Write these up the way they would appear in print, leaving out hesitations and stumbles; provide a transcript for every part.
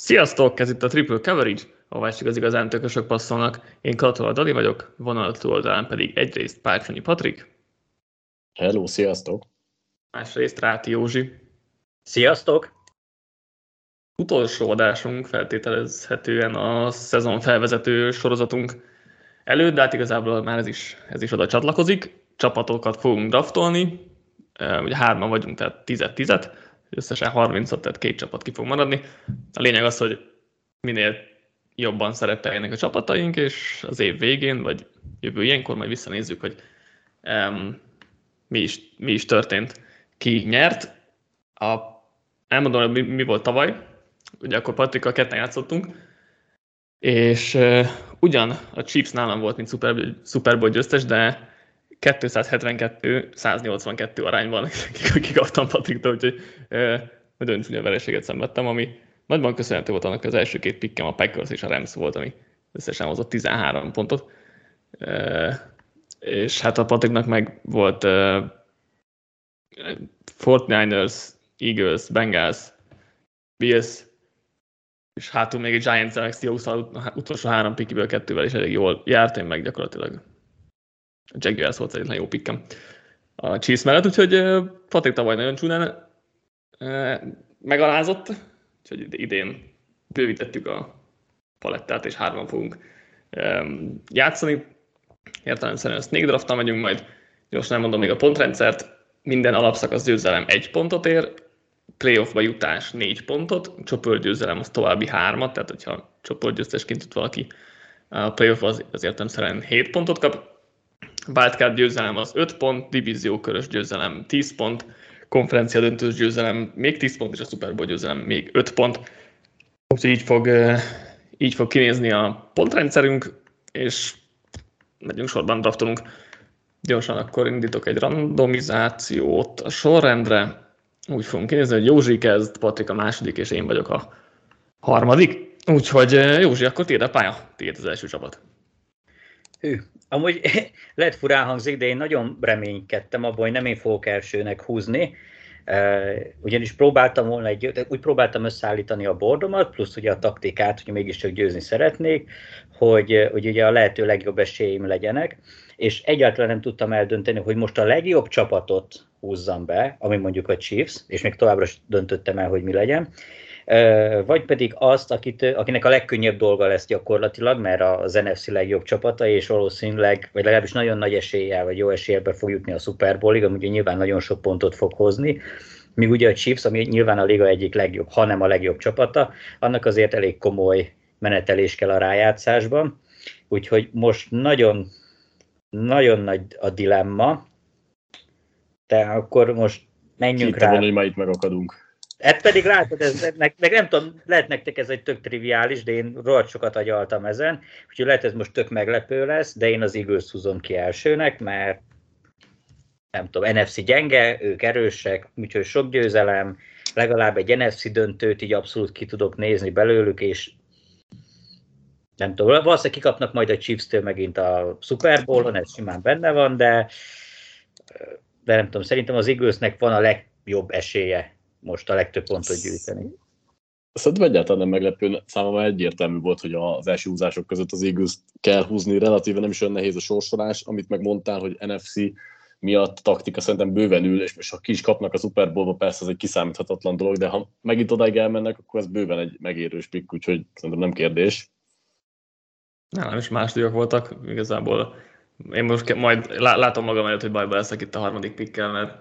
Sziasztok! Ez itt a Triple Coverage, ahová csak az igazán tökösök passzolnak. Én Katola Dani vagyok, vonal túloldalán pedig egyrészt Pálcsonyi Patrik. Hello, sziasztok! Másrészt Ráti Józsi. Sziasztok! Utolsó adásunk feltételezhetően a szezon felvezető sorozatunk előtt, de hát igazából már ez is oda csatlakozik. Csapatokat fogunk draftolni, ugye 3-an vagyunk, tehát 10-10, összesen 30-at, tehát 2 csapat ki fog maradni. A lényeg az, hogy minél jobban szerepeljenek a csapataink, és az év végén, vagy jövő ilyenkor majd visszanézzük, hogy mi is történt, ki nyert. Elmondom, hogy mi volt tavaly. Ugye akkor Patrikkal ketten játszottunk, és ugyan a Chiefs nálam volt, mint Super Bowl győztes, de 272-182 arányban kikaptam Patriktól, úgyhogy nagyon csúnya vereséget szenvedtem, ami nagyban köszönhető volt annak, az első 2 pikkem a Packers és a Rams volt, ami összesen hozott 13 pontot. És hát a Patriknak meg volt 49ers, Eagles, Bengals, Bills, és hátul még egy Giants, Alex utolsó 3 pickiből 2-vel is elég jól járt, én meg gyakorlatilag a Jaguars volt egyetlen jó pikkem a Chiefs mellett, úgyhogy Patrik tavaly nagyon csúnyán megalázott, úgyhogy idén bővítettük a palettát, és 3-an fogunk játszani. Értelemszerűen snake drafttal megyünk majd, gyorsan nem mondom még a pontrendszert, minden alapszakasz győzelem 1 pontot ér, playoffba jutás 4 pontot, csoportgyőzelem az további 3-at, tehát hogyha csoportgyőztesként jut valaki a playoff az értelemszerűen 7 pontot kap, wildcard győzelem az 5 pont, divíziókörös győzelem 10 pont, konferencia döntős győzelem még 10 pont, és a Super Bowl győzelem még 5 pont. Úgyhogy így fog kinézni a pontrendszerünk, és megyünk sorban, draftolunk. Gyorsan akkor indítok egy randomizációt a sorrendre. Úgy fogunk kinézni, hogy Józsi kezd, Patrik a második, és én vagyok a harmadik. Úgyhogy Józsi, akkor tiéd a pálya, tiéd az első csapat. Amúgy lehet furán hangzik, de én nagyon reménykedtem abban, hogy nem én fogok elsőnek húzni. Ugyanis úgy próbáltam összeállítani a boardomat, plusz ugye a taktikát, hogy mégiscsak győzni szeretnék, hogy ugye a lehető legjobb esélyeim legyenek, és egyáltalán nem tudtam eldönteni, hogy most a legjobb csapatot húzzam be, ami mondjuk a Chiefs, és még továbbra is döntöttem el, hogy mi legyen, vagy pedig azt, akinek a legkönnyebb dolga lesz gyakorlatilag, mert az NFC legjobb csapata, és valószínűleg, vagy legalábbis nagyon nagy eséllyel, vagy jó eséllyel fog jutni a Super Bowlig, ami ugye nyilván nagyon sok pontot fog hozni, míg ugye a Chiefs, ami nyilván a liga egyik legjobb, hanem a legjobb csapata, annak azért elég komoly menetelés kell a rájátszásban, úgyhogy most nagyon, nagyon nagy a dilemma, de akkor most menjünk rá. Hogy ma itt megakadunk. Hát pedig látod, meg nem tudom, lehet nektek ez egy tök triviális, de én rohadt sokat agyaltam ezen, úgyhogy lehet ez most tök meglepő lesz, de én az Eagles húzom ki elsőnek, mert nem tudom, NFC gyenge, ők erősek, úgyhogy sok győzelem, legalább egy NFC döntőt így abszolút ki tudok nézni belőlük, és nem tudom, valószínűleg kikapnak majd a Chiefs-től megint a Super Bowl-on, ez simán benne van, de nem tudom, szerintem az Eaglesnek van a legjobb esélye most a legtöbb pontot gyűjteni. Szerintem egyáltalán nem meglepő, számomra egyértelmű volt, hogy az első húzások között az Eagles kell húzni, relatíve nem is olyan nehéz a sorsolás, amit megmondtál, hogy NFC miatt taktika szerintem bőven ül, és most ha ki is kapnak a Super Bowl-ba, persze ez egy kiszámíthatatlan dolog, de ha megint odáig elmennek, akkor ez bőven egy megérős pick, úgyhogy szerintem nem kérdés. Nem is más díjak voltak, igazából én most majd látom magam előtt, hogy bajba leszek itt a harmadik pickkel, mert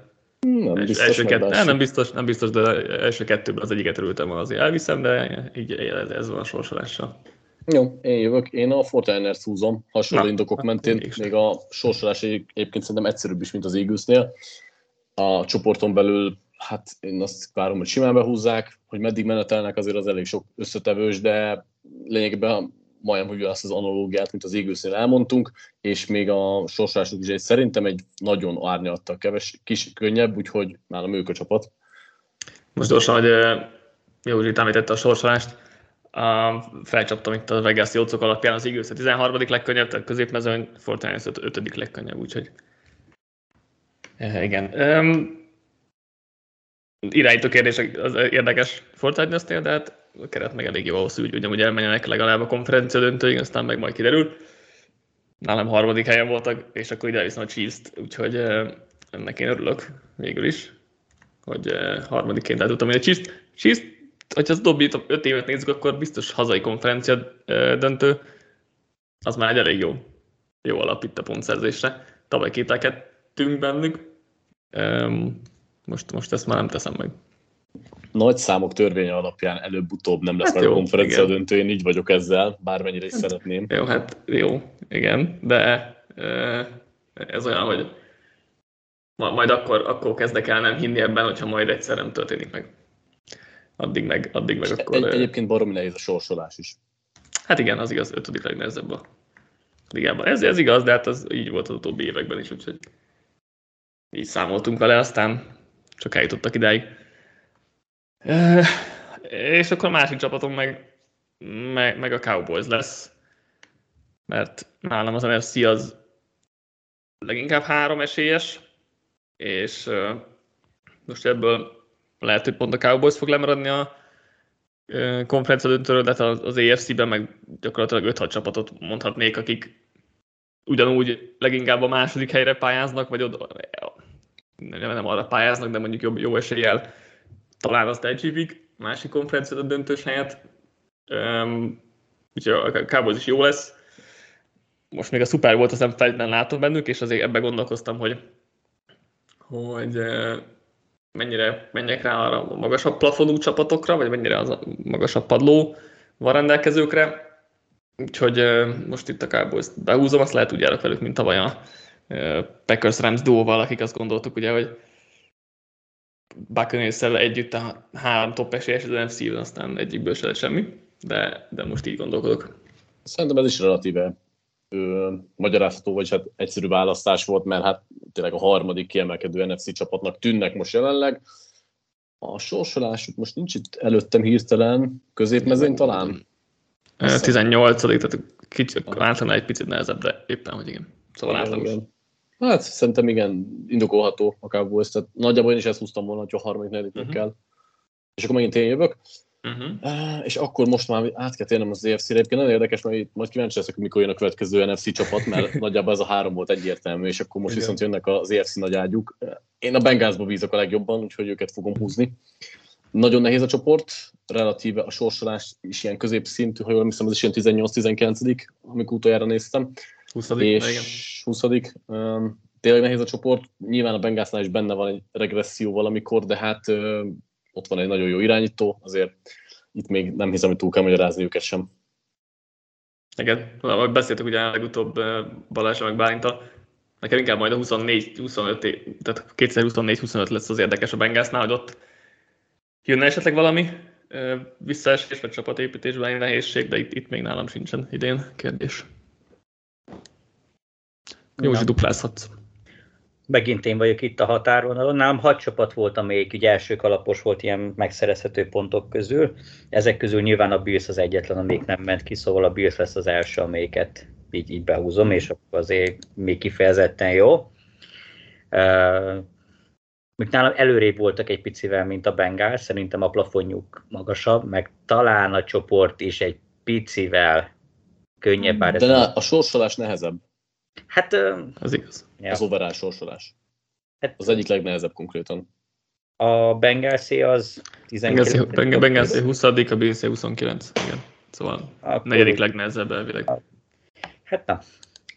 nem biztos, de első 2-ből az egyiket örültem, azért elviszem, de így ez van a sorsolással. Jó, én jövök. Én a 49ers húzom, hasonló indokok mentén. Még a sorsolás egyébként szerintem egyszerűbb is, mint az Eaglesnél. A csoporton belül, hát én azt várom, hogy simán behúzzák, hogy meddig menetelnek, azért az elég sok összetevős, de lényegében majdnem, hogy azt az analógiát, mint az Eaglesnél elmondtunk, és még a sorsolásuk is szerintem egy nagyon árnyalta, kis könnyebb, úgyhogy nálam ők a csapat. Most gyorsan, hogy Józsi említette a sorsolást, felcsaptam itt a Vegas jócok alapján az Eagles a 13. legkönnyebb, tehát középmezőny, Fortnite 5. legkönnyebb, úgyhogy igen. Irányító kérdés az érdekes Fortnite-nél, de hát a keret meg elég jó ahhoz, hogy ugye elmenjenek legalább a konferencia döntőig, aztán meg majd kiderül. Nálam 3. helyen voltak, és akkor ide viszont a Chiefs-t, úgyhogy ennek én örülök végül is, hogy 3-ként el tudtam, hogy a Chiefs, hogyha az dobbi 5 évet nézzük, akkor biztos hazai konferencia döntő, az már egy elég jó alap itt a pontszerzésre. Tavaly kételkedtünk bennük, most ezt már nem teszem meg. Nagy számok törvénye alapján előbb-utóbb nem lesz meg a konferencia döntő, én így vagyok ezzel, bármennyire is szeretném. Jó, igen, de ez olyan, hogy majd akkor kezdek el nem hinni ebben, hogyha majd egyszer nem történik meg. Addig meg akkor... Egyébként baromi nehéz a sorsolás is. Hát igen, az igaz, 5. legnehezebb a ligában. Ez igaz, de hát az így volt az utóbbi években is, úgyhogy így számoltunk vele, aztán csak eljutottak idáig. És akkor a másik csapatom meg a Cowboys lesz, mert nálam az NFC az leginkább 3 esélyes, és most ebből lehet, hogy pont a Cowboys fog lemaradni a konferencia döntőről, de az AFC-ben meg gyakorlatilag 5-6 csapatot mondhatnék, akik ugyanúgy leginkább a második helyre pályáznak, vagy oda, nem arra pályáznak, de mondjuk jó eséllyel talán azt elcsípik, másik konferencia döntős helyet. Úgyhogy a Cowboys is jó lesz. Most még a Super Bowl-t azt nem feltétlenül látom bennük, és azért ebben gondolkoztam, hogy mennyire menjek rá a magasabb plafonú csapatokra, vagy mennyire az a magasabb padló van rendelkezőkre. Úgyhogy most itt a Cowboys-t behúzom, azt lehet úgy járok velük, mint tavaly a Packers-Rams duóval, akik azt gondoltuk, ugye, hogy Buccaneers-szel együtt a 3 top esélyes az NFC-ben, aztán egyikből se lett semmi, de most így gondolkodok. Szerintem ez is relatíve magyarázható, vagy hát egyszerű választás volt, mert hát tényleg a 3. kiemelkedő NFC csapatnak tűnnek most jelenleg. A sorsolásuk most nincs itt előttem hirtelen, középmezőn talán? 18. Tehát általán egy picit nehezebb, de éppen, hogy igen. Szóval átlagos. Hát szerintem igen, indokolható a Cowboys, tehát nagyjából én is ezt húztam volna, hogy a 3.-4. kell. És akkor megint én jövök. És akkor most már át kell térnem az AFC-re. Egyébként nagyon érdekes, mert majd kíváncsi leszek, hogy mikor jön a következő NFC csapat, mert nagyjából ez a 3 volt egyértelmű, és akkor most viszont jönnek az AFC nagyágyuk. Én a Bengalsba bízok a legjobban, úgyhogy őket fogom húzni. Nagyon nehéz a csoport, relatíve a sorsolás is ilyen középszintű, ha jól emlékszem, ez is ilyen 18-19, amikor utoljára néztem. 20. És 20. Tényleg nehéz a csoport. Nyilván a Bengalsnál is benne van egy regresszió valamikor, de hát ott van egy nagyon jó irányító, azért itt még nem hiszem, hogy túl kell magyarázni őket sem. Igen, beszéltük ugye legutóbb Balázsra meg Bálintal, nekem inkább majd a 24-25, tehát 2024-25 lesz az érdekes a Bengalsnál, hogy ott jönne esetleg valami visszaesés vagy csapatépítésben nehézség, de itt még nálam sincsen idén kérdés. Józsi, duplázhatsz. Megint én vagyok itt a határvonalon. Nálam 6 csapat volt, amelyik ugye első kalapos volt ilyen megszerezhető pontok közül. Ezek közül nyilván a Bills az egyetlen, amelyik nem ment ki, szóval a Bills lesz az első, amelyiket így behúzom, és akkor azért még kifejezetten jó. Még nálam előrébb voltak egy picivel, mint a Bengals, szerintem a plafonjuk magasabb, meg talán a csoport is egy picivel könnyebb. De a sorsolás nehezebb. Hát, az igaz. Ja. Az overall sorsolás. Hát, az egyik legnehezebb konkrétan. A Bengalsé az 19. Bengalsé 20, a Billsé 29. Igen. Szóval a negyedik legnehezebb elvileg. Hát na.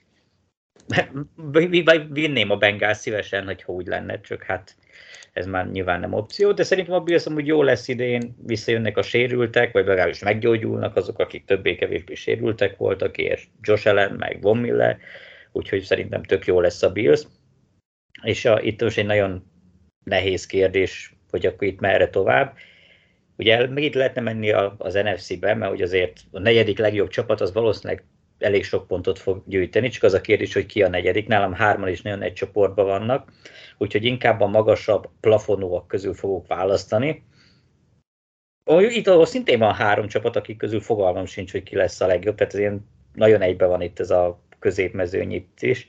Vinném a Bengals szívesen, hogyha úgy lenne, csak hát ez már nyilván nem opció, de szerintem a Bills amúgy jó lesz idén, visszajönnek a sérültek, vagy legalábbis meggyógyulnak azok, akik többé-kevésbé sérültek voltak, és Josh Allen, meg Von Miller, úgyhogy szerintem tök jó lesz a Bills. És itt most egy nagyon nehéz kérdés, hogy akkor itt merre tovább. Ugye még itt lehetne menni az NFC-be, mert hogy azért a 4. legjobb csapat az valószínűleg elég sok pontot fog gyűjteni, csak az a kérdés, hogy ki a 4. Nálam 3-an is nagyon egy csoportban vannak, úgyhogy inkább a magasabb plafonúak közül fogok választani. Itt ahol szintén van 3 csapat, akik közül fogalmam sincs, hogy ki lesz a legjobb, tehát ez ilyen nagyon egybe van itt ez a középmezőny itt is.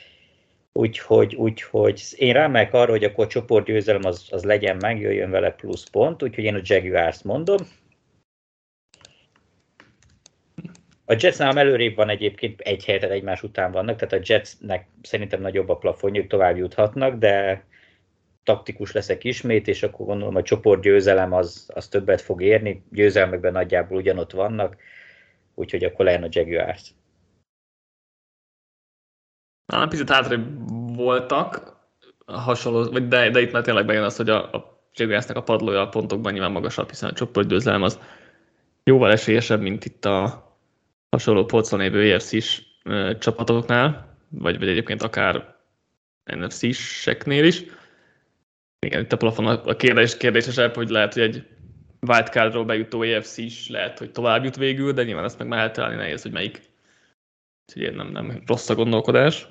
Úgyhogy én rámegyek arra, hogy akkor a csoportgyőzelem az legyen meg, jöjjön vele plusz pont, úgyhogy én a Jaguars mondom. A Jets nálam előrébb van egyébként, egy helyet egymás után vannak, tehát a Jetsnek szerintem nagyobb a plafonjuk, tovább juthatnak, de taktikus leszek ismét, és akkor gondolom a csoportgyőzelem az többet fog érni, győzelmekben nagyjából ugyanott vannak, úgyhogy akkor legyen a Jaguars. Picit hátrébb voltak, hasonló, de itt már tényleg bejön az, hogy a Jaguarsnek a padlója a pontokban nyilván magasabb, hiszen a csoportgyőzelem az jóval esélyesebb, mint itt a hasonló polcon lévő AFC-s csapatoknál, vagy egyébként akár NFC-seknél is. Igen, itt a plafon a kérdésesebb, hogy lehet, hogy egy wildcardról bejutó AFC is lehet, hogy tovább jut végül, de nyilván ezt meg már eltalálni nehéz, hogy melyik. Úgyhogy nem rossz a gondolkodás.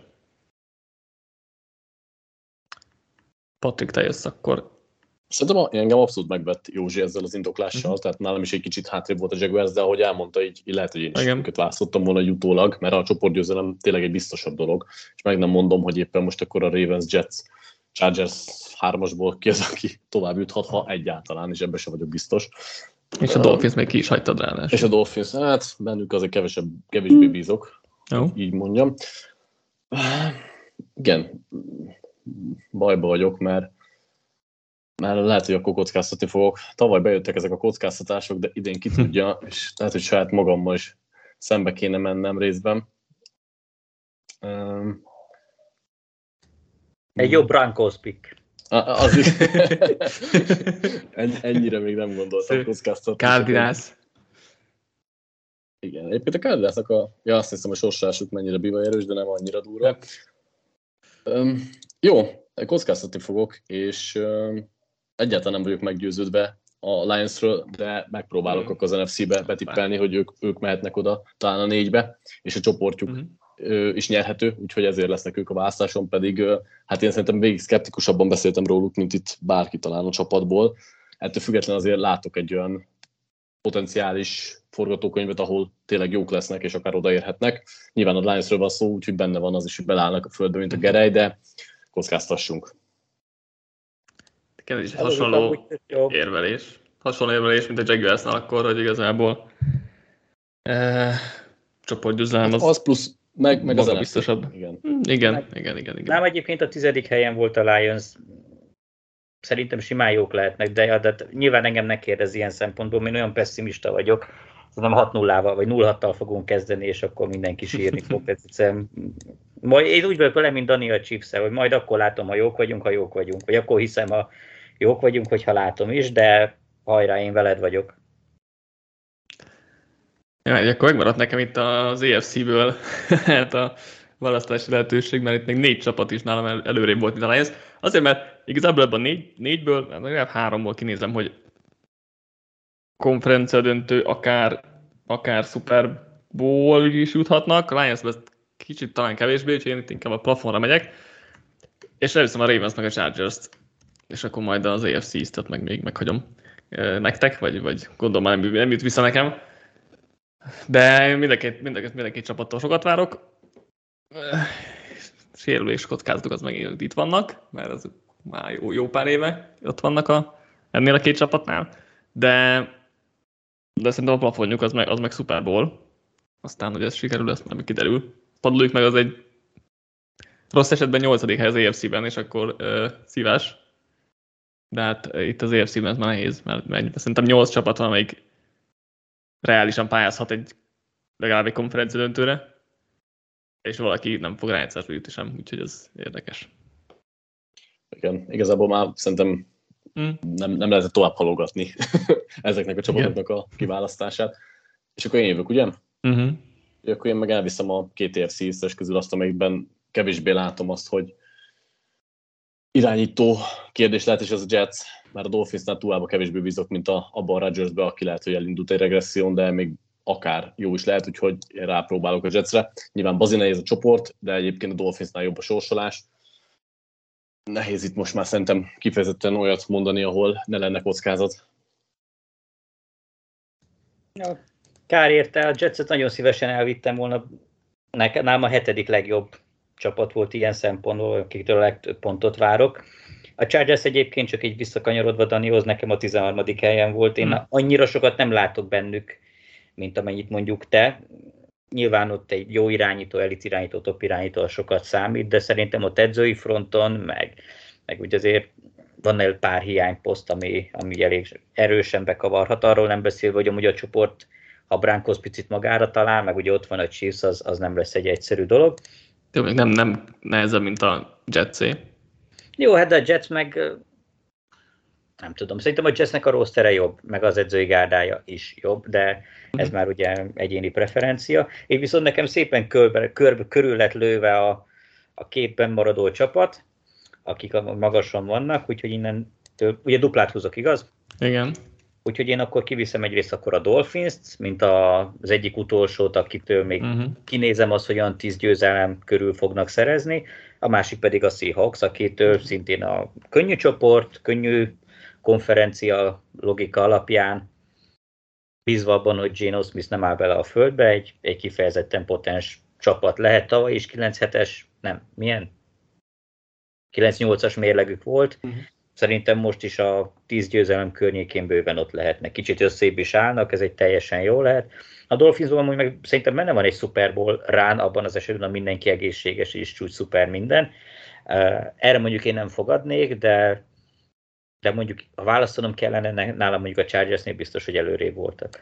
Patrik, te jössz akkor. Szerintem engem abszolút megvett Józsi ezzel az indoklással, tehát nálam is egy kicsit hátrébb volt a Jaguars, de ahogy elmondta, így lehet, hogy én is őket választottam volna utólag, mert a csoportgyőzelem tényleg egy biztosabb dolog, és meg nem mondom, hogy éppen most akkor a Ravens, Jets, Chargers 3-asból ki az, aki tovább juthat, ha egyáltalán, és ebben sem vagyok biztos. És a Dolphins még ki is hagytad rá. És a Dolphins, hát bennük azért kevésbé bízok, így mondjam. Igen, bajba vagyok, mert lehet, hogy akkor kockáztatni fogok. Tavaly bejöttek ezek a kockáztatások, de idén ki tudja, és lehet, hogy saját magammal is szembe kéne mennem részben. Egy jobb Broncos pick. Ennyire még nem gondoltam kockáztatni. Cardinals. Igen, egyébként a Cardinalsnak azt hiszem, a sorsásuk mennyire biva erős, de nem annyira durva. Jó, kockáztatni fogok, és egyáltalán nem vagyok meggyőződve a Lionsről, de megpróbálok akkor az NFC-be betippelni, hogy ők mehetnek oda talán a 4-be, és a csoportjuk is nyerhető, úgyhogy ezért lesznek ők a választáson, pedig hát én szerintem végig szkeptikusabban beszéltem róluk, mint itt bárki talán a csapatból. Ettől függetlenül azért látok egy olyan potenciális forgatókönyvet, ahol tényleg jók lesznek, és akár odaérhetnek. Nyilván a Lionsről van szó, úgyhogy benne van az is, hogy belállnak a földbe, mint a gerej, de kockáztassunk. Ez is hasonló érvelés. Hasonló érvelés, mint a Jaguarsnál akkor, hogy igazából csoportgyőzelem az plusz meg az biztosabb. Igen. Nem, egyébként a 10. helyen volt a Lions. Szerintem simán jók lehetnek, de nyilván engem ne kérdez ilyen szempontból, én olyan pessimista vagyok. Szerintem 6-0-val vagy 0-6-tal fogunk kezdeni, és akkor mindenki sírni fog. Majd én úgy vagyok vele, mint Dani a Chiefs-el, hogy majd akkor látom, ha jók vagyunk, vagy akkor hiszem, ha jók vagyunk, hogyha látom is, de hajrá, én veled vagyok. Ja, akkor megmaradt nekem itt az AFC-ből hát a választási lehetőség, mert itt még 4 csapat is nálam előrébb volt, mint a Lions. Azért, mert igazából ebben a 4-ből, legalább 3-ból kinézem, hogy konferencia döntő, akár Super Bowl is juthatnak. A Lions kicsit talán kevésbé, úgyhogy én itt inkább a plafonra megyek. És elviszem a Ravens meg a Chargers-t, és akkor majd az AFC East-et meg még meghagyom nektek, vagy gondolom már nem jut vissza nekem. De mindenkit csapattól sokat várok. Sérülés kockázatok az meg itt vannak, mert az már jó pár éve ott vannak ennél a 2 csapatnál. De szerintem a plafonjuk az meg Super Bowl. Aztán, hogy ez sikerül, ezt már kiderül. Padlójuk meg az egy rossz esetben 8. hely az AFC-ben, és akkor szívás. De hát itt az AFC-ben ez már nehéz, mert szerintem 8 csapat van, amelyik reálisan pályázhat legalább egy konferencia döntőre, és valaki nem fog rájátszásba jutni sem, úgyhogy ez érdekes. Igen, igazából már szerintem nem lehetett tovább halogatni ezeknek a csapatoknak a kiválasztását. És akkor én jövök, ugye? Akkor én meg elviszem a 2 AFC East-es közül azt, amelyikben kevésbé látom azt, hogy irányító kérdés lehet, és az a Jets, mert a Dolphinsnál túlába kevésbé bízok, mint abban a Rodgersbe, aki lehet, hogy elindult egy regresszión, de még akár jó is lehet, úgyhogy én rápróbálok a Jetsre. Nyilván bazi nehéz a csoport, de egyébként a Dolphinsnál jobb a sorsolás. Nehéz itt most már szerintem kifejezetten olyat mondani, ahol ne lenne kockázat. Ja, kár érte, a Jetset nagyon szívesen elvittem volna. Nálam a 7. legjobb csapat volt ilyen szempontból, akiktől a legtöbb pontot várok. A Chargers egyébként csak így visszakanyarodva Danihoz, nekem a 13. helyen volt. Én annyira sokat nem látok bennük, mint amennyit mondjuk te. Nyilván ott egy jó irányító, elit irányító, top irányító sokat számít, de szerintem ott edzői fronton, meg úgy azért van egy pár hiányposzt, ami elég erősen bekavarhat. Arról nem beszélve, hogy amúgy a csoport, ha Broncos picit magára talál, meg ugye ott van a Chiefs, az nem lesz egy egyszerű dolog. Jó, még nem nehezebb, mint a Jetsé. Jó, hát de a Jets meg nem tudom, szerintem a Jetsnek a rostere jobb, meg az edzői gárdája is jobb, de ez már ugye egyéni preferencia. Én viszont nekem szépen körül lett lőve a képben maradó csapat, akik magasan vannak, úgyhogy innen, ugye duplát húzok, igaz? Igen. Úgyhogy én akkor kiviszem egyrészt akkor a Dolphins-t, mint az egyik utolsót, akitől még kinézem azt, hogy olyan 10 győzelem körül fognak szerezni, a másik pedig a Seahawks, akitől szintén a könnyű csoport, könnyű konferencia logika alapján, bízva abban, hogy Geno Smith nem áll bele a földbe, egy kifejezetten potens csapat lehet. Tavaly is 9-7-es, nem, milyen? 9-8-as mérlegük volt. Szerintem most is a 10 győzelem környékén bőven ott lehetnek. Kicsit összébb is állnak, ez egy teljesen jó lehet. A Dolphinsban amúgy meg szerintem benne van egy Super Bowl rán, abban az esetben, a mindenki egészséges és csúcs szuper minden. Erre mondjuk én nem fogadnék, de mondjuk ha választanom kellene, nálam mondjuk a Chargersnél biztos, hogy előrébb voltak.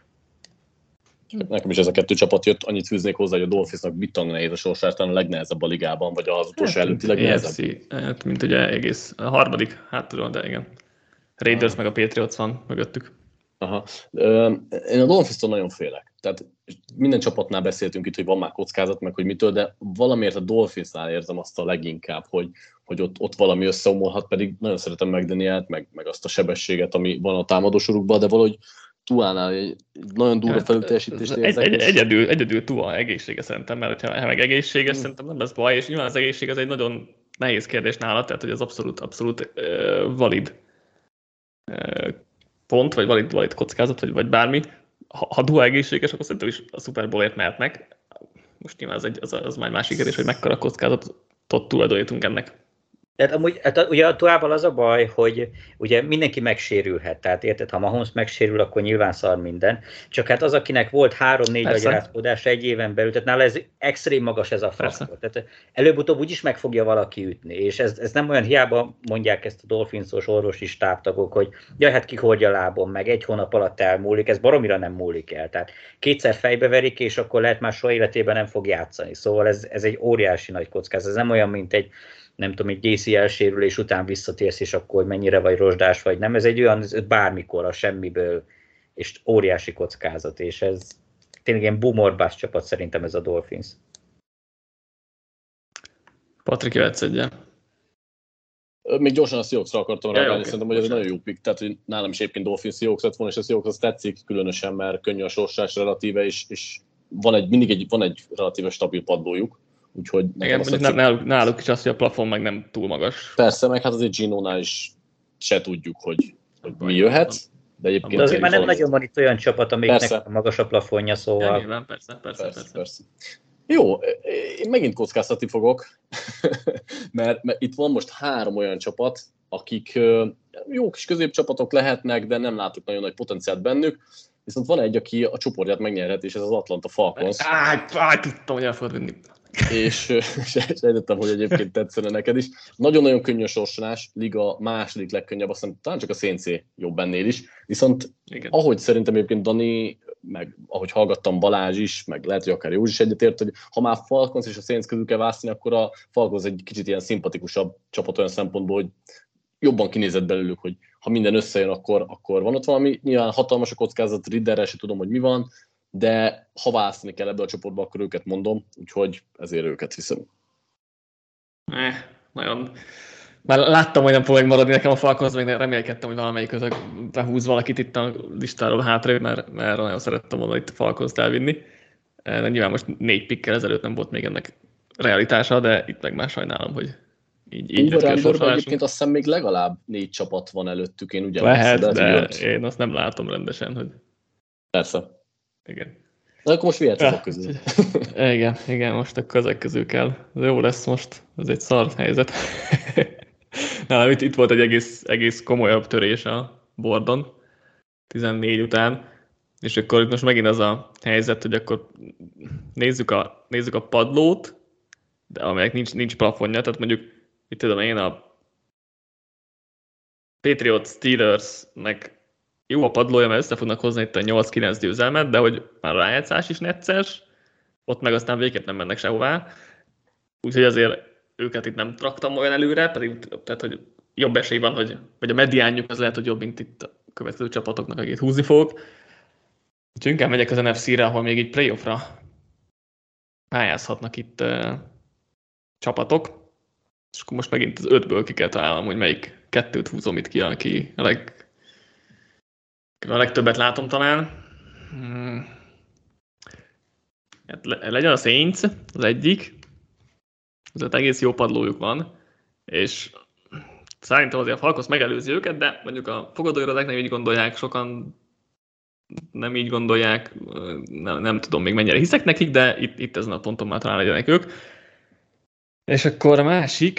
Nekem is ez a kettő csapat jött, annyit fűznék hozzá, hogy a Dolphinsnak bitang nehéz a sorsás, talán a legnehezebb a ligában, vagy az utolsó előtti legnehezebb. Hát, mint ugye egész a harmadik hátulról, de igen. Raiders meg a Patriots van mögöttük. Aha. Én a Dolphins-tól nagyon félek. Tehát minden csapatnál beszéltünk itt, hogy van már kockázat, meg hogy mitől, de valamiért a Dolphinsnál érzem azt a leginkább, hogy ott valami összeomolhat, pedig nagyon szeretem McDanielt, meg azt a sebességet, ami van a támadósorukban, de valahogy Tuánál egy nagyon durva felülteljesítést érzek. Egyedül Tua egészsége szerintem, mert ha meg egészséges, szerintem nem lesz baj, és nyilván az egészség az egy nagyon nehéz kérdés nála, tehát hogy az abszolút valid pont, vagy valid kockázat, vagy bármi. Ha Tua egészséges, akkor szerintem is a Super Bowlért mehetnek. Most nyilván az már másik kérdés, hogy mekkora kockázatot tulajdonítunk ennek. Tehát amúgy, ugye a Tuával az a baj, hogy ugye mindenki megsérülhet, tehát érted, ha Mahomes megsérül, akkor nyilván szar minden. Csak hát az, akinek volt 3-4 agyarázkodása egy éven belül, tehát nála ez extrém magas ez a faktor. Tehát előbb-utóbb úgyis meg fogja valaki ütni, és ez nem olyan, hiába mondják ezt a Dolphinsos orvosi stábtagok, hogy jaj, hát ki hordja lábon, meg egy hónap alatt elmúlik, ez baromira nem múlik el. Tehát kétszer fejbe verik, és akkor lehet már soha életében nem fog játszani. Szóval ez egy óriási nagy kockázat. Ez nem olyan, mint egy nem tudom, egy ACL sérülés után visszatérsz, és akkor mennyire vagy rozsdás, vagy nem. Ez egy olyan, bármikor, a semmiből, és óriási kockázat, és ez tényleg ilyen boom or bust csapat szerintem ez a Dolphins. Patrik, jöhetsz egyen. Még gyorsan a Seahawksra akartam reagálni, szerintem, hogy ez egy nagyon jó pick, tehát hogy nálam is egyébként Dolphins Seahawks lett volna, és a Seahawks az tetszik, különösen, mert könnyű a sorsás relatíve, és mindig van egy relatíve stabil padlójuk. Úgyhogy igen, náluk is az, hogy a plafon meg nem túl magas. Persze, meg hát azért Genónál is se tudjuk, hogy mi jöhet. De egyébként azért már nem nagyon van itt olyan csapat, amiknek magas a plafonja, szóval... Ja, nyilván, persze. Jó, én megint kockáztatni fogok, mert itt van most 3 olyan csapat, akik jó kis középcsapatok lehetnek, de nem látok nagyon nagy potenciált bennük. Viszont van egy, aki a csoportját megnyerhet, és ez az Atlanta Falcons. Tudtam, hogy el fogod vinni. És sejtettem, hogy egyébként tetszene neked is. Nagyon-nagyon könnyű a sorsolás, liga második legkönnyebb, azt hiszem talán csak a Saints jobb ennél is. Viszont igen. Ahogy szerintem egyébként Dani, meg ahogy hallgattam Balázs is, meg lehet, hogy akár Józsi is egyetért, hogy ha már Falcons és a Saints közül kell választani, akkor a Falcons egy kicsit ilyen szimpatikusabb csapat olyan szempontból, hogy jobban kinézett belőlük, hogy ha minden összejön, akkor van ott valami. Nyilván hatalmas a kockázat, Ridderrel se tudom, hogy mi van, de ha választani kell ebbe a csoportba, akkor őket mondom, úgyhogy ezért őket hiszem. Nagyon. Már láttam, hogy nem fog megmaradni nekem a Falcons, még remélkedtem, hogy valamelyik között behúz valakit itt a listáról hátrébb, mert nagyon szerettem volna itt a Falcons-t elvinni. De nyilván most 4 pickkel ezelőtt nem volt még ennek realitása, de itt meg már sajnálom, hogy így jött ki a sorsolásunk. Egyébként azt hiszem még legalább 4 csapat van előttük, én ugyan lehet, de én azt nem látom rendesen, hogy... Persze. Igen. Na, akkor most vihetsz azok közül. Igen, most akkor ezek közül kell. Ez jó lesz most, ez egy szar helyzet. Nálam itt volt egy egész komolyabb törés a boardon, 14 után. És akkor itt most megint az a helyzet, hogy akkor nézzük a padlót, de amelyek nincs plafonja, tehát mondjuk, itt tudom én, a Patriots Steelersnek jó a padlója, mert össze fognak hozni itt a 8-9 győzelmet, de hogy már a rájátszás is necces, ott meg aztán végképp nem mennek sehová. Úgyhogy azért őket itt nem traktam olyan előre, pedig tehát, hogy jobb esély van, vagy a mediánjuk az lehet, hogy jobb, mint itt a következő csapatoknak, akik húzni fogok. Úgyhogy inkább megyek az NFC-re, ahol még így playoffra pályázhatnak itt csapatok. És akkor most megint az 5-ből ki kell találnom, hogy melyik 2-t húzom itt ki, aki a legtöbbet látom talán. Hát legyen a Saints az egyik. Ez egész jó padlójuk van, és szerintem azért a Falcons megelőzi őket, de mondjuk a fogadóirodák nem így gondolják, sokan nem így gondolják, nem tudom még mennyire hiszek nekik, de itt ezen a ponton már talán legyenek ők. És akkor a másik,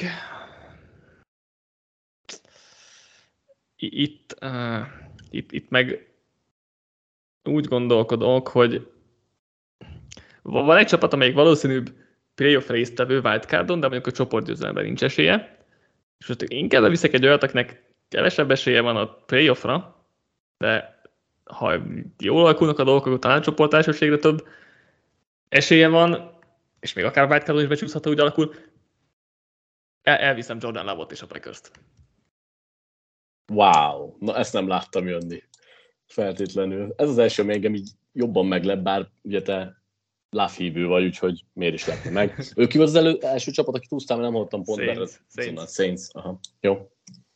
itt meg úgy gondolkodok, hogy van egy csapat, amelyik valószínűbb playoff résztvevő wildcardon, de mondjuk a csoportgyőzelemben nincs esélye. És most inkább viszek egy olyat, akinek kevesebb esélye van a playoffra, de ha jól alakulnak a dolgok, akkor talán csoportelsőségre több esélye van, és még akár wildcardon is becsúszhat, úgy alakul. Elviszem Jordan Love-ot és a Packers-t. Wow, na ezt nem láttam jönni. Feltétlenül. Ez az első, ami engem így jobban meglep, bár ugye te Love-hívő vagy, úgyhogy miért is lepne meg. Ő ki volt az első csapat, akit húztál, mert nem hallottam pont. Saints. Aha. Jó.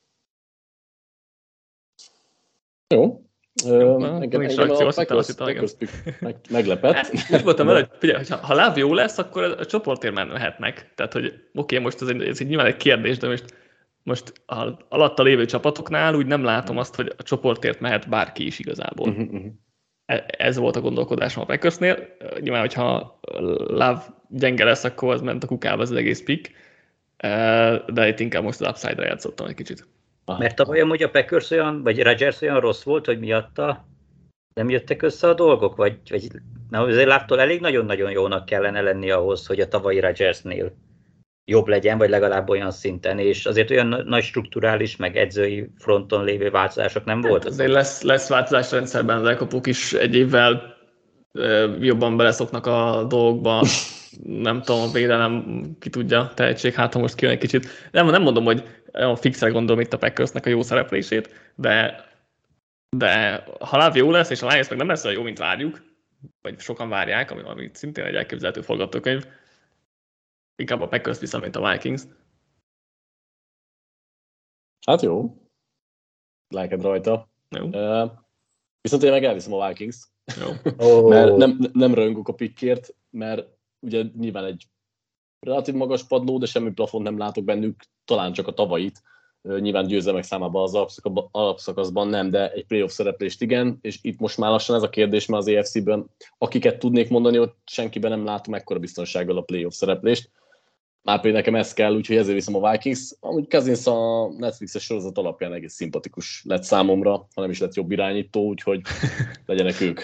Jó. Engem a Packers meglepett. Úgy voltam vele, hogy figyelj, ha Love jó lesz, akkor a csoportért mehetnek. Tehát, hogy oké, most ez nyilván egy kérdés, de most alatta lévő csapatoknál úgy nem látom azt, hogy a csoportért mehet bárki is igazából. Ez volt a gondolkodásom a Packersnél. Nyilván, hogyha Love gyenge lesz, akkor az ment a kukába az egész pick, de itt inkább most az upside-ra játszottam egy kicsit. Mert tavaly amúgy a Packers olyan, vagy Rodgers olyan rossz volt, hogy miatta nem jöttek össze a dolgok? Vagy azért Love-tól elég nagyon-nagyon jónak kellene lenni ahhoz, hogy a tavalyi Rodgersnél jobb legyen, vagy legalább olyan szinten, és azért olyan nagy strukturális, meg edzői fronton lévő változások nem voltak. Azért lesz változás rendszerben, az elkapók is egy évvel jobban beleszoknak a dolgokba, nem tudom, a védelem, ki tudja, tehetség, hát ha most kijön egy kicsit. Nem mondom, hogy a fixre gondolom itt a Packersnek a jó szereplését, de ha Love jó lesz, és a Lions meg nem lesz olyan jó, mint várjuk, vagy sokan várják, ami szintén egy elképzelhető forgatókönyv, inkább a Packers viszont, mint a Vikings. Hát jó. Lelked rajta. Jó. Viszont én meg elviszem a Vikings. Jó. Mert nem rajongok a pickért, mert ugye nyilván egy relatív magas padló, de semmi plafont nem látok bennük, talán csak a tavait. Nyilván győzelmek számában az alapszakaszban nem, de egy playoff szereplést igen, és itt most már lassan ez a kérdés, mert az EFC-ben akiket tudnék mondani, hogy senkiben nem látom ekkora biztonsággal a playoff szereplést. Márpedig nekem ez kell, úgyhogy ezért viszem a Vikings. Amúgy Cousins a Netflixes sorozat alapján egész szimpatikus lett számomra, ha nem is lett jobb irányító, úgyhogy legyenek ők.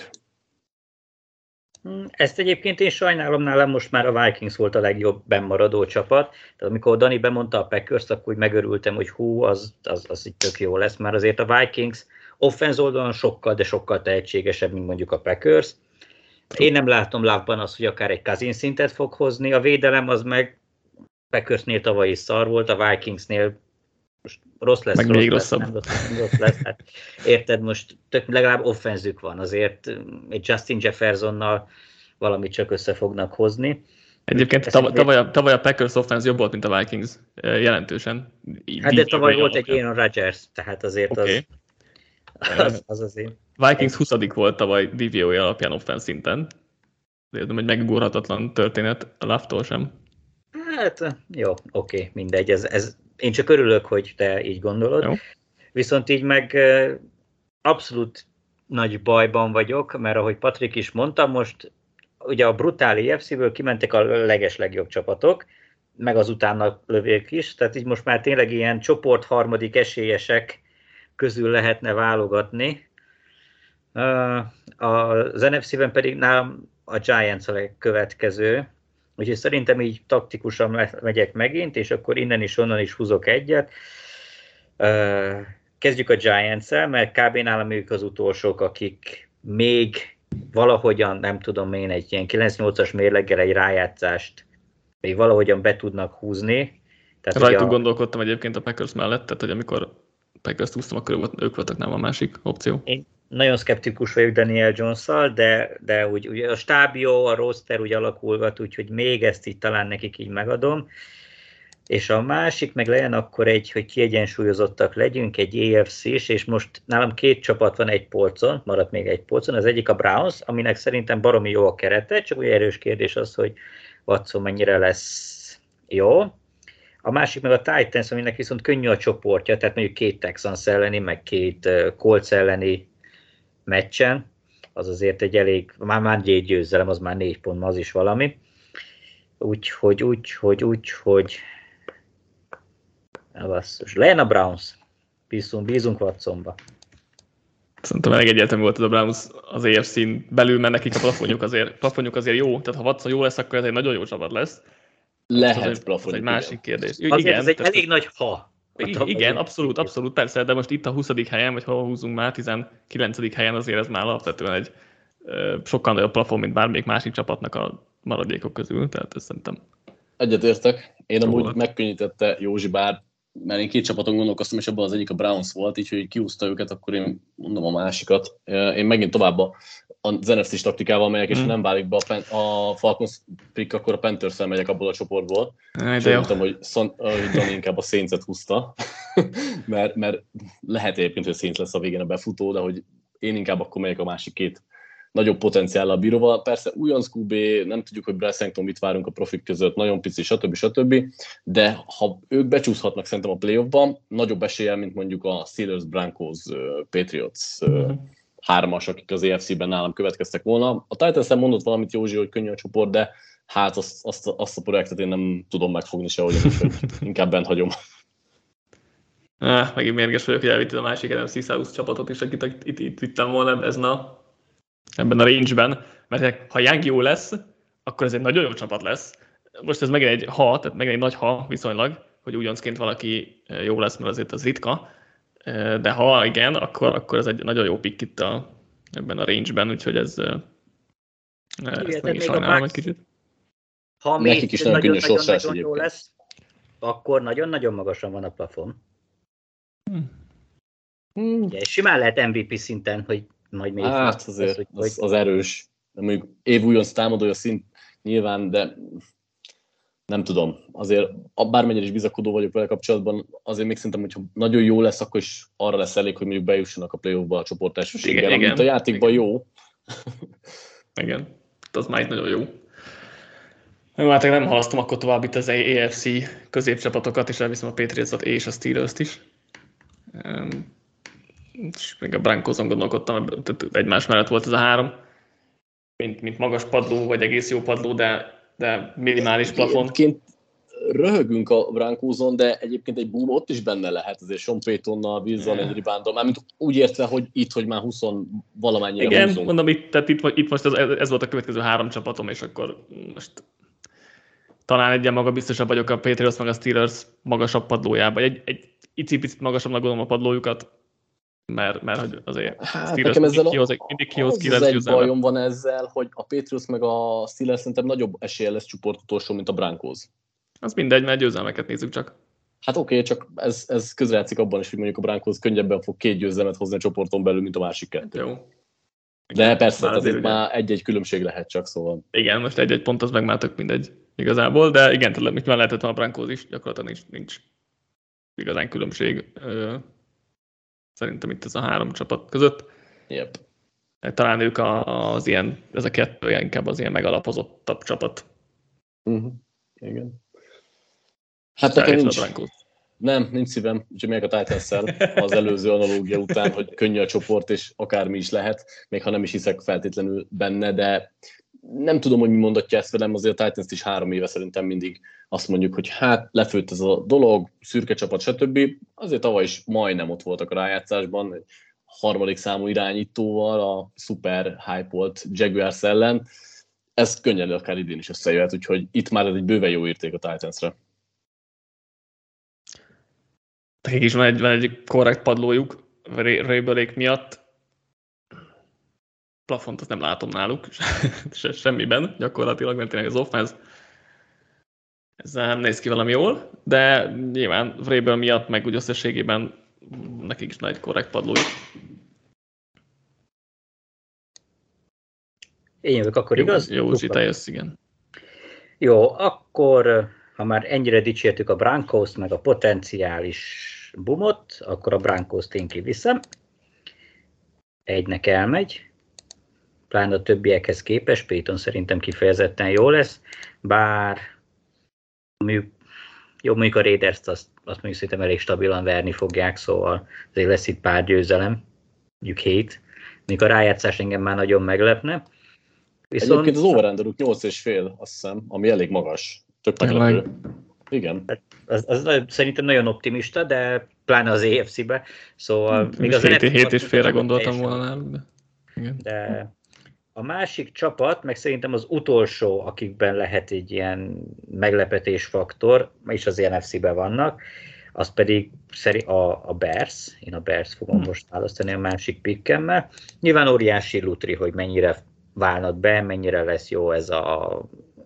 Ezt egyébként én sajnálom, nálam most már a Vikings volt a legjobb bennmaradó csapat. Tehát amikor Dani bemondta a Packers-t, akkor úgy megörültem, hogy az így tök jó lesz, mert azért a Vikings offense oldalon sokkal, de sokkal tehetségesebb, mint mondjuk a Packers. Én nem látom Love-ban azt, hogy akár egy Cousins szintet fog hozni, a védelem az meg Packersnél tavaly is szar volt, a Vikingsnél most rossz lesz, meg még rosszabb. Nem rossz lesz. Hát, érted, most legalább offenzük van, azért egy Justin Jeffersonnal valamit csak össze fognak hozni. Egyébként tavaly a Packers offense jobb volt, mint a Vikings, jelentősen. Hát de tavaly volt egy Aaron Rodgers, tehát azért az azért. Vikings 20. volt tavaly DVOA alapján offense szinten. Ez nem egy megugorhatatlan történet a Love-tól sem. Hát jó, oké, mindegy. Én csak örülök, hogy te így gondolod. Jó. Viszont így meg abszolút nagy bajban vagyok, mert ahogy Patrik is mondta, most ugye a brutál EFC-ből kimentek a legeslegjobb csapatok, meg az utána lövék is, tehát így most már tényleg ilyen csoport harmadik esélyesek közül lehetne válogatni. Az NFC-ben pedig nálam a Giants a legkövetkező, úgyhogy szerintem így taktikusan megyek megint, és akkor innen is, onnan is húzok egyet. Kezdjük a Giants-el, mert kb. Nálam ők az utolsók, akik még valahogyan, nem tudom én, egy ilyen 9-8-as mérleggel egy rájátszást még valahogyan be tudnak húzni. Tehát rajtuk gondolkodtam egyébként a Packers mellett, tehát hogy amikor Packers-t húztam, akkor ők voltak nem a másik opció. Én nagyon szkeptikus vagyok Daniel Jones-szal, de úgy a stáb jó, a roster úgy alakulgat, úgyhogy még ezt így talán nekik így megadom. És a másik meg legyen akkor hogy kiegyensúlyozottak legyünk, egy AFC-s, és most nálam 2 csapat van egy polcon, maradt még egy polcon, az egyik a Browns, aminek szerintem baromi jó a kerete, csak úgy erős kérdés az, hogy Watson mennyire lesz jó. A másik meg a Titans, aminek viszont könnyű a csoportja, tehát mondjuk 2 Texans elleni, meg 2 Colts elleni meccsen, az azért egy elég, már 4 győzelem, az már 4 pont, az is valami. Úgyhogy legyen a Browns. Bízunk Watsonba. Szerintem elég egyértelmű volt ez a Browns az AFC-n belül, mert nekik a plafonjuk azért jó, tehát ha Watson jó lesz, akkor ez egy nagyon jó csapat lesz. Lehet plafonjuk. Ez egy másik kérdés. Igen, ez egy elég nagy ha. Igen, abszolút, persze, de most itt a 20. helyen, vagy hol húzunk már, 19. helyen azért ez már alapvetően egy sokkal nagyobb plafon, mint bármelyik másik csapatnak a maradékok közül, tehát ezt szerintem. Egyetértek. Én amúgy megkönnyítette Józsi, bár mert én 2 csapaton gondolkoztam, és abban az egyik a Browns volt, így hogy kiúzta őket, akkor én mondom a másikat. Én megint tovább az NFC-s taktikával megyek, és ha nem válik be a Falcons pick, akkor a Panthers-szel megyek abból a csoportból. És mondtam, hogy Dani inkább a Saints-et húzta, mert lehet egyébként, hogy a Saints lesz a végén a befutó, de hogy én inkább akkor megyek a másik 2 nagyobb potenciállal bíróval. Persze újonc QB, nem tudjuk, hogy Bryce Youngtól mit várunk a profik között, nagyon pici, stb. De ha ők becsúszhatnak szerintem a playoffban, nagyobb eséllyel, mint mondjuk a Steelers, Broncos, Patriots 3-as, akik az AFC-ben nálam következtek volna. A Titans-en mondott valamit Józsi, hogy könnyű a csoport, de hát azt a projektet én nem tudom megfogni sehogyan, úgyhogy inkább bent hagyom. Megint mérges vagyok, hogy elvitted a másik NFC South csapatot is, akit itt vittem volna ebben a range-ben, mert ha Young jó lesz, akkor ez egy nagyon jó csapat lesz. Most ez megint egy ha, tehát megint egy nagy ha viszonylag, hogy újoncként valaki jó lesz, mert azért az ritka. De ha igen, akkor ez egy nagyon jó pick itt ebben a range-ben, úgyhogy ezt meg is sajnálom egy kicsit. Ha még nagyon jó lesz, akkor nagyon-nagyon magasan van a plafon. Ugye, simán lehet MVP szinten, hogy majd még... Hát azért az erős. Mondjuk év újonc támadója szint nyilván, de nem tudom. Azért bármennyire is bizakodó vagyok vele kapcsolatban, azért még szerintem, hogyha nagyon jó lesz, akkor is arra lesz elég, hogy mondjuk bejussanak a playoffba a csoportelsőséggel, amit a játékban jó. Igen, az már itt nagyon jó. Hát nem halasztom akkor tovább itt az AFC középcsapatokat, és elviszem a Patriots-ot és a Steelers-t is. És még a Broncos-on gondolkodtam, tehát egymás mellett volt ez a 3, mint magas padló, vagy egész jó padló, de minimális plafon. Egyébként röhögünk a Broncos-on, de egyébként egy boom ott is benne lehet, azért Sean Paytonnal, Wilson egy reboundon, mármint úgy értve, hogy itt, hogy már 20 valamennyire igen, húzunk. Mondom, itt most ez volt a következő 3 csapatom, és akkor most talán egyen magabiztosabb vagyok a Patriots meg a Steelers magasabb padlójában. Egy icipicit magasabbnak gondolom a padlójukat, mert hogy azért nekem ezzel mindig kihoz 9 egy bajom van ezzel, hogy a Patriots meg a Steelers szerintem nagyobb esélye lesz csoportutolsó, mint a Broncos. Az mindegy, mert győzelmeket nézzük csak. Hát oké, csak ez közrejátszik abban is, hogy mondjuk a Broncos könnyebben fog 2 győzelmet hozni a csoporton belül, mint a másik 2. Jó. De persze, azért már egy-egy különbség lehet csak, szóval. Igen, most egy-egy pont az meg már tök mindegy igazából, de igen, tehát mit már lehetett a Broncos is, gyakorlatilag nincs igazán különbség. Szerintem itt ez a 3 csapat között. Yep. Talán ők az ilyen, ez a 2 inkább az ilyen megalapozottabb csapat. Igen. Hát nekem nincs szívem, úgyhogy még a Titans-szel az előző analógia után, hogy könnyű a csoport, és akármi is lehet, még ha nem is hiszek feltétlenül benne, de nem tudom, hogy mi mondatja ezt velem, azért a Titans is 3 éve szerintem mindig azt mondjuk, hogy hát lefőtt ez a dolog, szürke csapat, stb. Azért tavaly is majdnem ott voltak a rájátszásban, harmadik számú irányítóval, a szuper hype-olt Jaguars ellen. Ez könnyen akár idén is összejöhet, úgyhogy itt már ez egy bőven jó érték a Titansra. Nekik is van egy korrekt padlójuk Ray miatt. Plafont azt nem látom náluk, semmiben gyakorlatilag, mert tényleg az offense ez nem néz ki valami jól, de nyilván Vrabel miatt, meg úgy összességében nekik is nagy korrekt padlójuk. Én jövök, akkor igaz? Jó, te jössz, igen. Jó, akkor ha már ennyire dicsértük a Broncos-t, meg a potenciális Boomot, akkor a Broncos-t én kiviszem. Egynek elmegy, pláne a többiekhez képest, Payton szerintem kifejezetten jó lesz, bár mondjuk a Raiders-t azt mondjuk szerintem elég stabilan verni fogják, szóval azért lesz itt pár győzelem, mondjuk 7, még a rájátszás engem már nagyon meglepne. Viszont... Egyébként az over-underük 8,5, azt hiszem, ami elég magas. Tök meglepő. Igen. Az szerintem nagyon optimista, de pláne az AFC-be, szóval... Még az 7,5-re gondoltam volna náluk, de... Igen. De a másik csapat, meg szerintem az utolsó, akikben lehet egy ilyen meglepetésfaktor, és az NFC-ben vannak, az pedig a Bears. Én a Bears fogom most választani a másik pickemmel. Nyilván óriási lutri, hogy mennyire válnak be, mennyire lesz jó ez a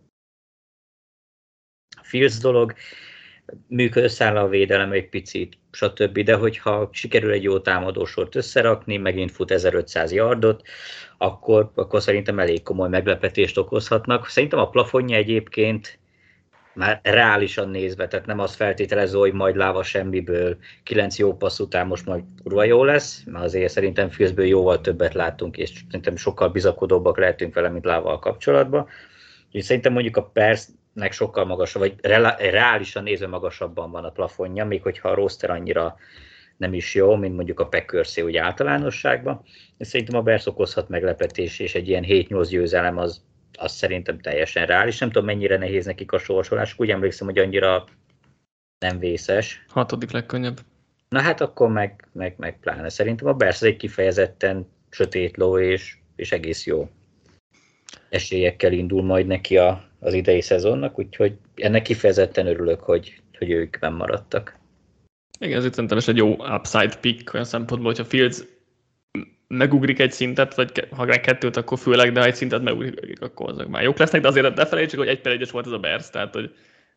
Fields dolog, összeáll a védelem egy picit, stb. De hogyha sikerül egy jó támadósort összerakni, megint fut 1500 yardot, akkor szerintem elég komoly meglepetést okozhatnak. Szerintem a plafonja egyébként már reálisan nézve, tehát nem azt feltételező, hogy majd láva semmiből 9 jó passz után most majd kurva jó lesz, mert azért szerintem Fieldsből jóval többet láttunk, és szerintem sokkal bizakodóbbak lehetünk vele, mint Lával kapcsolatban. És szerintem mondjuk a Bearsnek sokkal magasabb, vagy reálisan nézve magasabban van a plafonja, még hogyha a roster annyira nem is jó, mint mondjuk a Packers-é úgy általánosságban. És szerintem a Bears okozhat meglepetés, és egy ilyen 7-8 győzelem az szerintem teljesen reális. Nem tudom, mennyire nehéz nekik a sorsolás. Úgy emlékszem, hogy annyira nem vészes. 6. legkönnyebb. Na hát akkor meg pláne. Szerintem a Bears egy kifejezetten sötét ló, és egész jó esélyekkel indul majd neki az idei szezonnak, úgyhogy ennek kifejezetten örülök, hogy ők benn maradtak. Igen, ez itt szerintem is egy jó upside pick olyan szempontból, hogyha Fields megugrik egy szintet, vagy ha meg 2-t, akkor főleg, de ha egy szintet megugrik, akkor azok már jók lesznek, de azért ne felejtsük, hogy 1/1-es volt ez a Bears, tehát hogy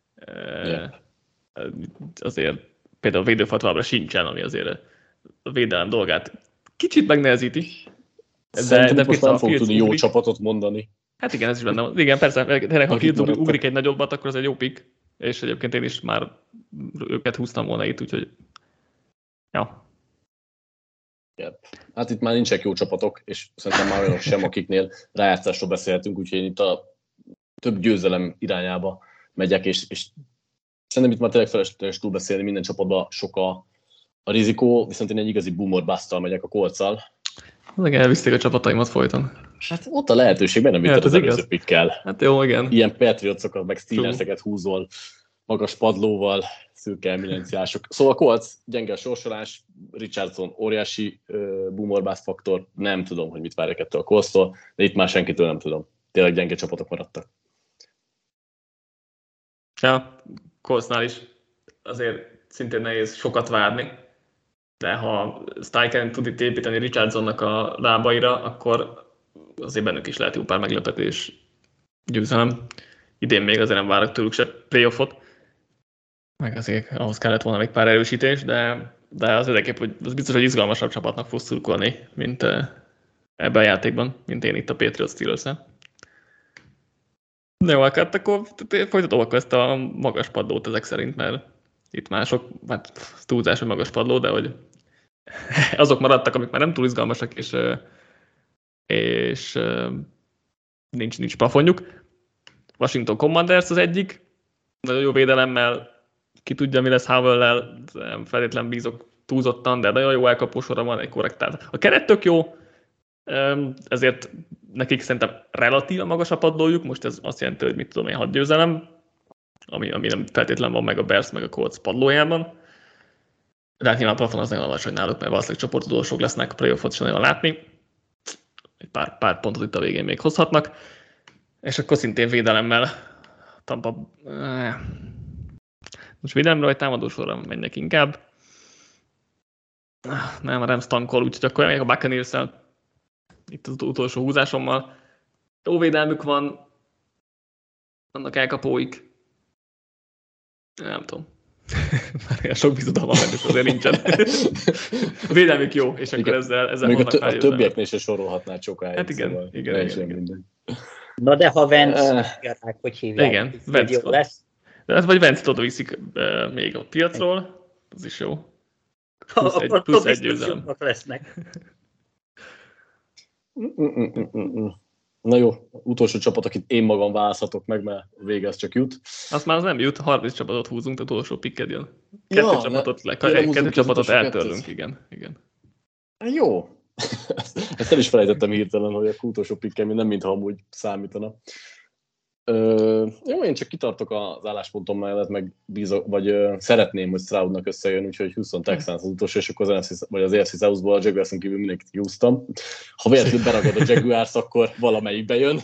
azért például a védőfal továbbra sincsen, ami azért a védelem dolgát kicsit megnehezíti. De most nem fog tudni jó csapatot mondani. Hát igen, ez is benne van. Igen, persze, tényleg, ha Fields ugrik egy nagyobbat, akkor az egy jó pick, és egyébként én is már őket húztam volna itt, úgyhogy ja. Yep. Hát itt már nincsenek jó csapatok, és szerintem már olyanok sem, akiknél rájátszásról beszélhetünk, úgyhogy én itt a több győzelem irányába megyek, és szerintem itt már tényleg felesleges túlbeszélni, minden csapatban sok a rizikó, viszont én egy igazi boomer bust-tal megyek a Coltszal. Ezek elviszték a csapataimat folyton. Hát ott a lehetőség, mert nem jutott az előző pickkel. Hát jó, igen. Ilyen Patriotsokat, meg Steelerseket húzol, magas padlóval, szürke eminenciások. Szóval Colts, gyenge a sorsolás, Richardson óriási boomer bust faktor, nem tudom, hogy mit várják ettől a Coltstól, de itt már senkitől nem tudom. Tényleg gyenge csapatok maradtak. Ja, Coltsnál is azért szintén nehéz sokat várni, de ha Steichen tud itt építeni Richardsonnak a lábaira, akkor azért bennük is lehet jó pár meglepetés győzelem. Idén még azért nem várok tőlük se playoffot, meg azért ahhoz kellett volna még pár erősítés, de az érdekében, hogy az biztos, hogy izgalmasabb csapatnak fog szurkolni, mint ebben a játékban, mint én itt a Patriots Steelers-en. Jó, hát akkor folytatom akkor ezt a magas padlót ezek szerint, mert itt már sok, hát túlzás, hogy magas padló, de hogy azok maradtak, amik már nem túl izgalmasak, és nincs plafonjuk. Washington Commanders az egyik, nagyon jó védelemmel, ki tudja, mi lesz Howell-lel, nem feltétlenül bízok túlzottan, de nagyon jó elkapósora van, egy korrektát. A keret tök jó, ezért nekik szerintem relatíve magas a padlójuk, most ez azt jelenti, hogy mit tudom én, 6 győzelem, ami nem feltétlenül van meg a Bears, meg a Colts padlójában. De hát nyilván a plafon az nagyon alacsony náluk, mert valószínűleg csoportudósok lesznek, a playoffot sem nagyon látni. Egy pár pontot itt a végén még hozhatnak. És akkor szintén védelemmel Tampa... Most védelemre vagy támadósorra mennek inkább. Nem, a Rams tankol, úgyhogy akkor megyek a Buccaneers-szel. Itt az utolsó húzásommal. Jó védelmük van, vannak elkapóik. Nem tudom. Már ilyen sok bizodalmam is azért nincsen. Védelmük jó, és akkor ezzel még a többieknél se sorolhatnád sokáig. Hát igen, szóval igen. Na de ha Vance, hogy hívják, igen, Vance jó lesz. De hát vagy Vance-t oda viszik még a piacról, az is jó. Plusz egy győzelem. Lesznek. Na jó, utolsó csapat, akit én magam választhatok meg, mert vége az csak jut. Azt már az nem jut, 30 csapatot húzunk, tehát utolsó pikked jön. Kettő csapatot eltörlünk, igen. Jó. Ezt el is felejtettem hirtelen, hogy a utolsó pikkem nem mintha amúgy számítana. Jó, én csak kitartok az álláspontom mellett, meg szeretném, hogy Stroudnak összejön, úgyhogy Houston Texans az utolsó, és akkor az AFC Southból a Jaguarson kívül mindenkit húztam. Ha véletlenül beragad a Jaguars, akkor valamelyik bejön.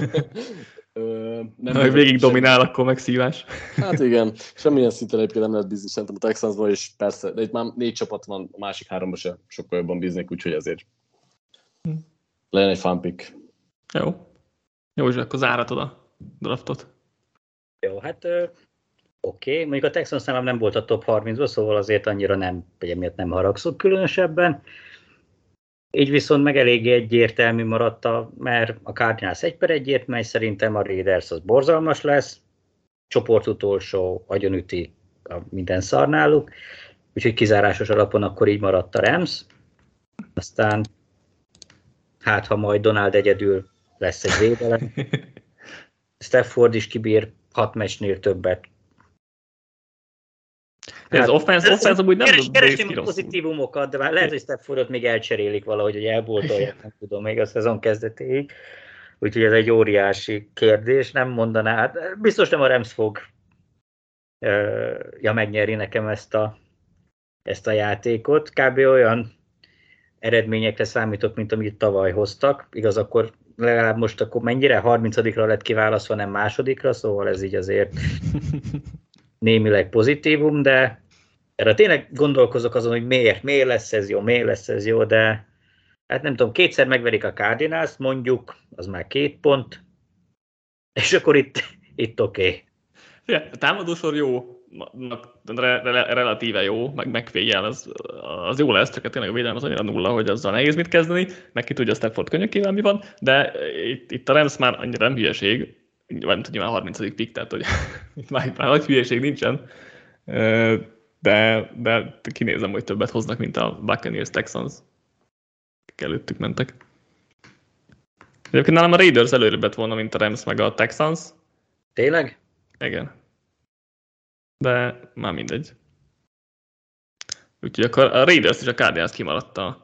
Ha végig dominál, akkor megszívás. Hát igen, semmilyen szinten egyébként nem lehet bízni szerintem a Texansban, és persze, de itt már 4 csapat van, a másik 3-ban se sokkal jobban bíznék, úgyhogy ezért legyen egy fun pick. Jó, és akkor záratod a draftot. Jó, hát oké. Mondjuk a Texans nálam nem volt a top 30-ban, szóval azért annyira nem, vagy emiatt nem haragszok különösebben. Így viszont meg eléggé egyértelmű maradt, mert a Cardinals 1/1-ért megy, szerintem a Raiders az borzalmas lesz, csoport utolsó, agyonüti a minden szar náluk, úgyhogy kizárásos alapon akkor így maradt a Rams. Aztán hát, ha majd Donald egyedül lesz egy védelem, Stafford is kibír 6 meccsnél többet. Ez offense amúgy nem keresném a pozitívumokat, de már lehet, hogy Staffordot még elcserélik valahogy, hogy elboltolják, nem tudom, még a szezon kezdetéig. Úgyhogy ez egy óriási kérdés, nem mondaná. Hát biztos nem a Rams fog megnyerni nekem ezt a játékot. Kb. Olyan eredményekre számítok, mint amit tavaly hoztak. Igaz, akkor legalább most akkor mennyire 30-ra lett kiválasztva, nem másodikra, szóval ez így azért némileg pozitívum, de erre tényleg gondolkozok azon, hogy miért lesz ez jó, de hát nem tudom, 2-szer megverik a Cardinals, mondjuk, az már 2 pont, és akkor itt oké. A támadósor jó, relatíve jó, meg McVay-jel az jó lesz, csak tényleg a védelem az annyira nulla, hogy azzal nehéz mit kezdeni, meg ki tudja Stafford könyökével mi van, de itt a Rams már annyira nem hülyeség, vagy nyilván 30. pick, tehát hogy itt már nagy hülyeség nincsen, de kinézem, hogy többet hoznak, mint a Buccaneers Texans. Előttük mentek. Egyébként nálam a Raiders előrébb lett volna, mint a Rams meg a Texans. Tényleg? Igen. De már mindegy. Úgyhogy akkor a Raiders és a Cardinals kimaradt a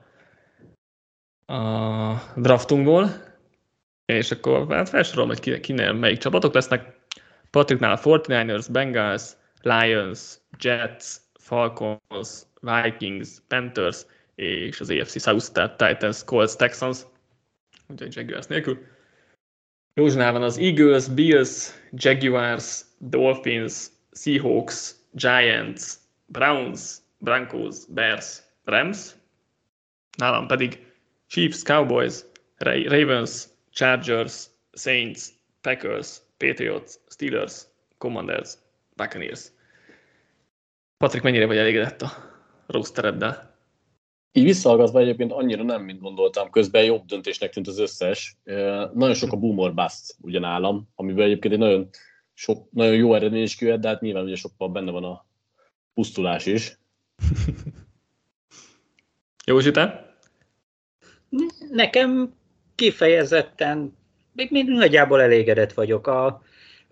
draftunkból. És akkor hát felsorolom, hogy kinél melyik csapatok lesznek. Patricknál a 49ers, Bengals, Lions, Jets, Falcons, Vikings, Panthers és az AFC South, tehát Titans, Colts, Texans. Úgyhogy Jaguars nélkül. Józsnál van az Eagles, Bills, Jaguars, Dolphins, Seahawks, Giants, Browns, Broncos, Bears, Rams. Nálam pedig Chiefs, Cowboys, Ravens, Chargers, Saints, Packers, Patriots, Steelers, Commanders, Buccaneers. Patrik, mennyire vagy elégedett a rostereddel? Így visszahallgatva egyébként annyira nem, mint gondoltam. Közben jobb döntésnek tűnt az összes. Nagyon sok a boom or bust ugyanálam, amiben egyébként egy nagyon jó eredmény is kijöhet, de hát nyilván ugye sokkal benne van a pusztulás is. Józsi, te? Nekem kifejezetten, még nagyjából elégedett vagyok. A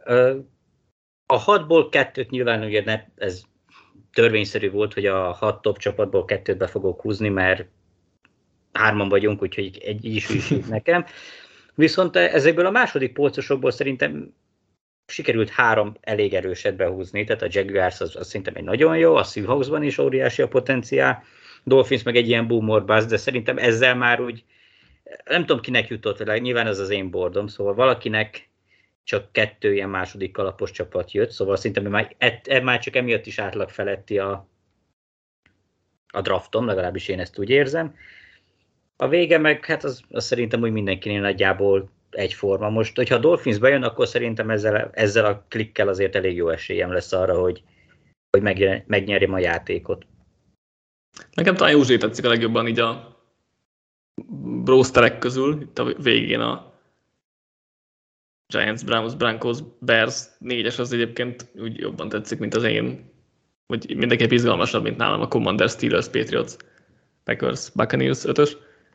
6-ból 2-t nyilván ugye ez törvényszerű volt, hogy a 6 top csapatból 2-t be fogok húzni, mert 3-an vagyunk, úgyhogy egy is nekem. Viszont ezekből a második polcosokból szerintem sikerült 3 elég erőset behúzni, tehát a Jaguars az szerintem egy nagyon jó, a Seahawksban is óriási a potenciál, Dolphins meg egy ilyen boom or bust, de szerintem ezzel már úgy, nem tudom kinek jutott, nyilván ez az én bordom, szóval valakinek csak 2 ilyen második kalapos csapat jött, szóval szerintem már csak emiatt is átlag feletti a draftom, legalábbis én ezt úgy érzem. A vége meg, hát az szerintem úgy mindenkinél nagyjából egyforma. Most, hogyha a Dolphins bejön, akkor szerintem ezzel a klikkel azért elég jó esélyem lesz arra, hogy megnyerjem a játékot. Nekem talán József tetszik a legjobban így a rosterek közül, itt a végén a Giants, Browns, Broncos, Bears 4-es az egyébként úgy jobban tetszik, mint az én, vagy mindenképp izgalmasabb, mint nálam a Commanders, Steelers, Patriots, Packers, Buccaneers 5-ös.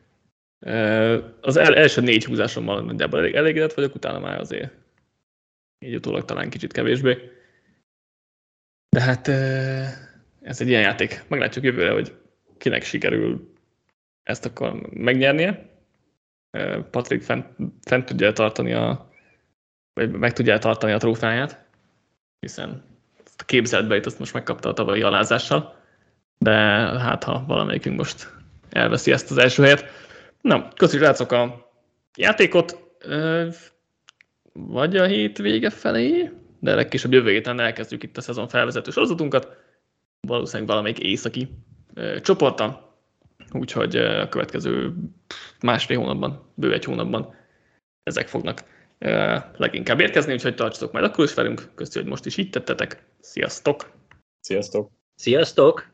Az első 4 húzásommal nagyjából elégedett vagyok, utána már azért így utólag talán kicsit kevésbé. De hát ez egy ilyen játék. Meglátjuk jövőre, hogy kinek sikerül ezt akkor megnyernie. Patrick fent tudja tartani vagy meg tudja tartani a trófeáját, hiszen ezt a képzeletbeit azt most megkapta a tavalyi alázással, de hát ha valamelyikünk most elveszi ezt az első helyet. Na, köszönjük látszok a játékot, vagy a hét vége felé, de legkésőbb jövő héten elkezdjük itt a szezon felvezető sorozatunkat, valószínűleg valamelyik északi csoporttal, úgyhogy a következő másfél hónapban, bő 1 hónapban ezek fognak leginkább érkezni, úgyhogy tartsatok majd akkor is velünk. Köszönjük, hogy most is így tettetek. Sziasztok! Sziasztok! Sziasztok!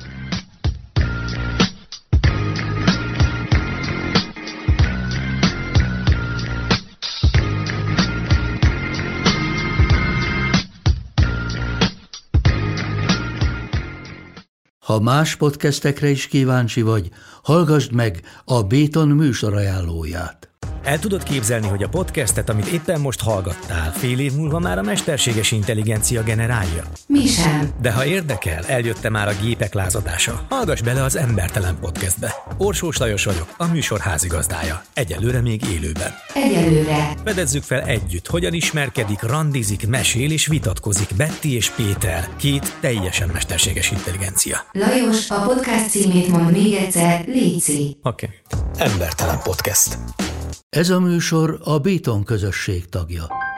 Ha más podcastekre is kíváncsi vagy, hallgassd meg a Béton műsor ajánlóját. El tudod képzelni, hogy a podcastet, amit éppen most hallgattál, fél év múlva már a mesterséges intelligencia generálja? Mi sem. De ha érdekel, eljött már a gépek lázadása. Hallgass bele az Embertelen Podcastbe. Orsós Lajos vagyok, a műsor házigazdája. Egyelőre még élőben. Egyelőre. Fedezzük fel együtt, hogyan ismerkedik, randizik, mesél és vitatkozik Betty és Péter, 2 teljesen mesterséges intelligencia. Lajos, a podcast címét mond még egyszer, léci. Oké. Embertelen Podcast. Ez a műsor a Béton közösség tagja.